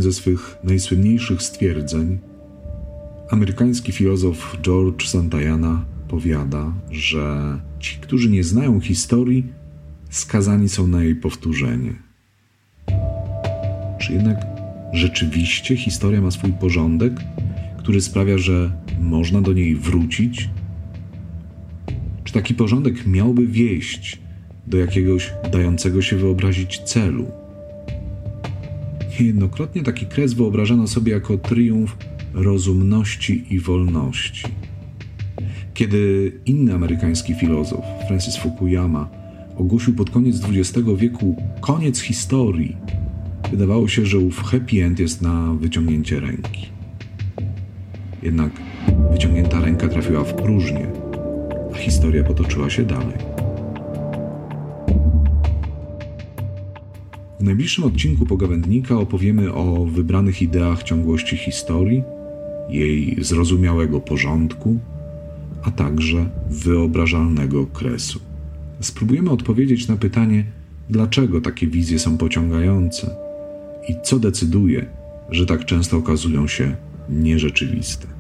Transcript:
ze swych najsłynniejszych stwierdzeń, amerykański filozof George Santayana powiada, że ci, którzy nie znają historii, skazani są na jej powtórzenie. Czy jednak rzeczywiście historia ma swój porządek, który sprawia, że można do niej wrócić? Czy taki porządek miałby wieść do jakiegoś dającego się wyobrazić celu? Niejednokrotnie taki kres wyobrażano sobie jako triumf rozumności i wolności. Kiedy inny amerykański filozof, Francis Fukuyama, ogłosił pod koniec XX wieku koniec historii, wydawało się, że ów happy end jest na wyciągnięcie ręki. Jednak wyciągnięta ręka trafiła w próżnię, a historia potoczyła się dalej. W najbliższym odcinku Pogawędnika opowiemy o wybranych ideach ciągłości historii, jej zrozumiałego porządku, a także wyobrażalnego kresu. Spróbujemy odpowiedzieć na pytanie, dlaczego takie wizje są pociągające i co decyduje, że tak często okazują się nierzeczywiste.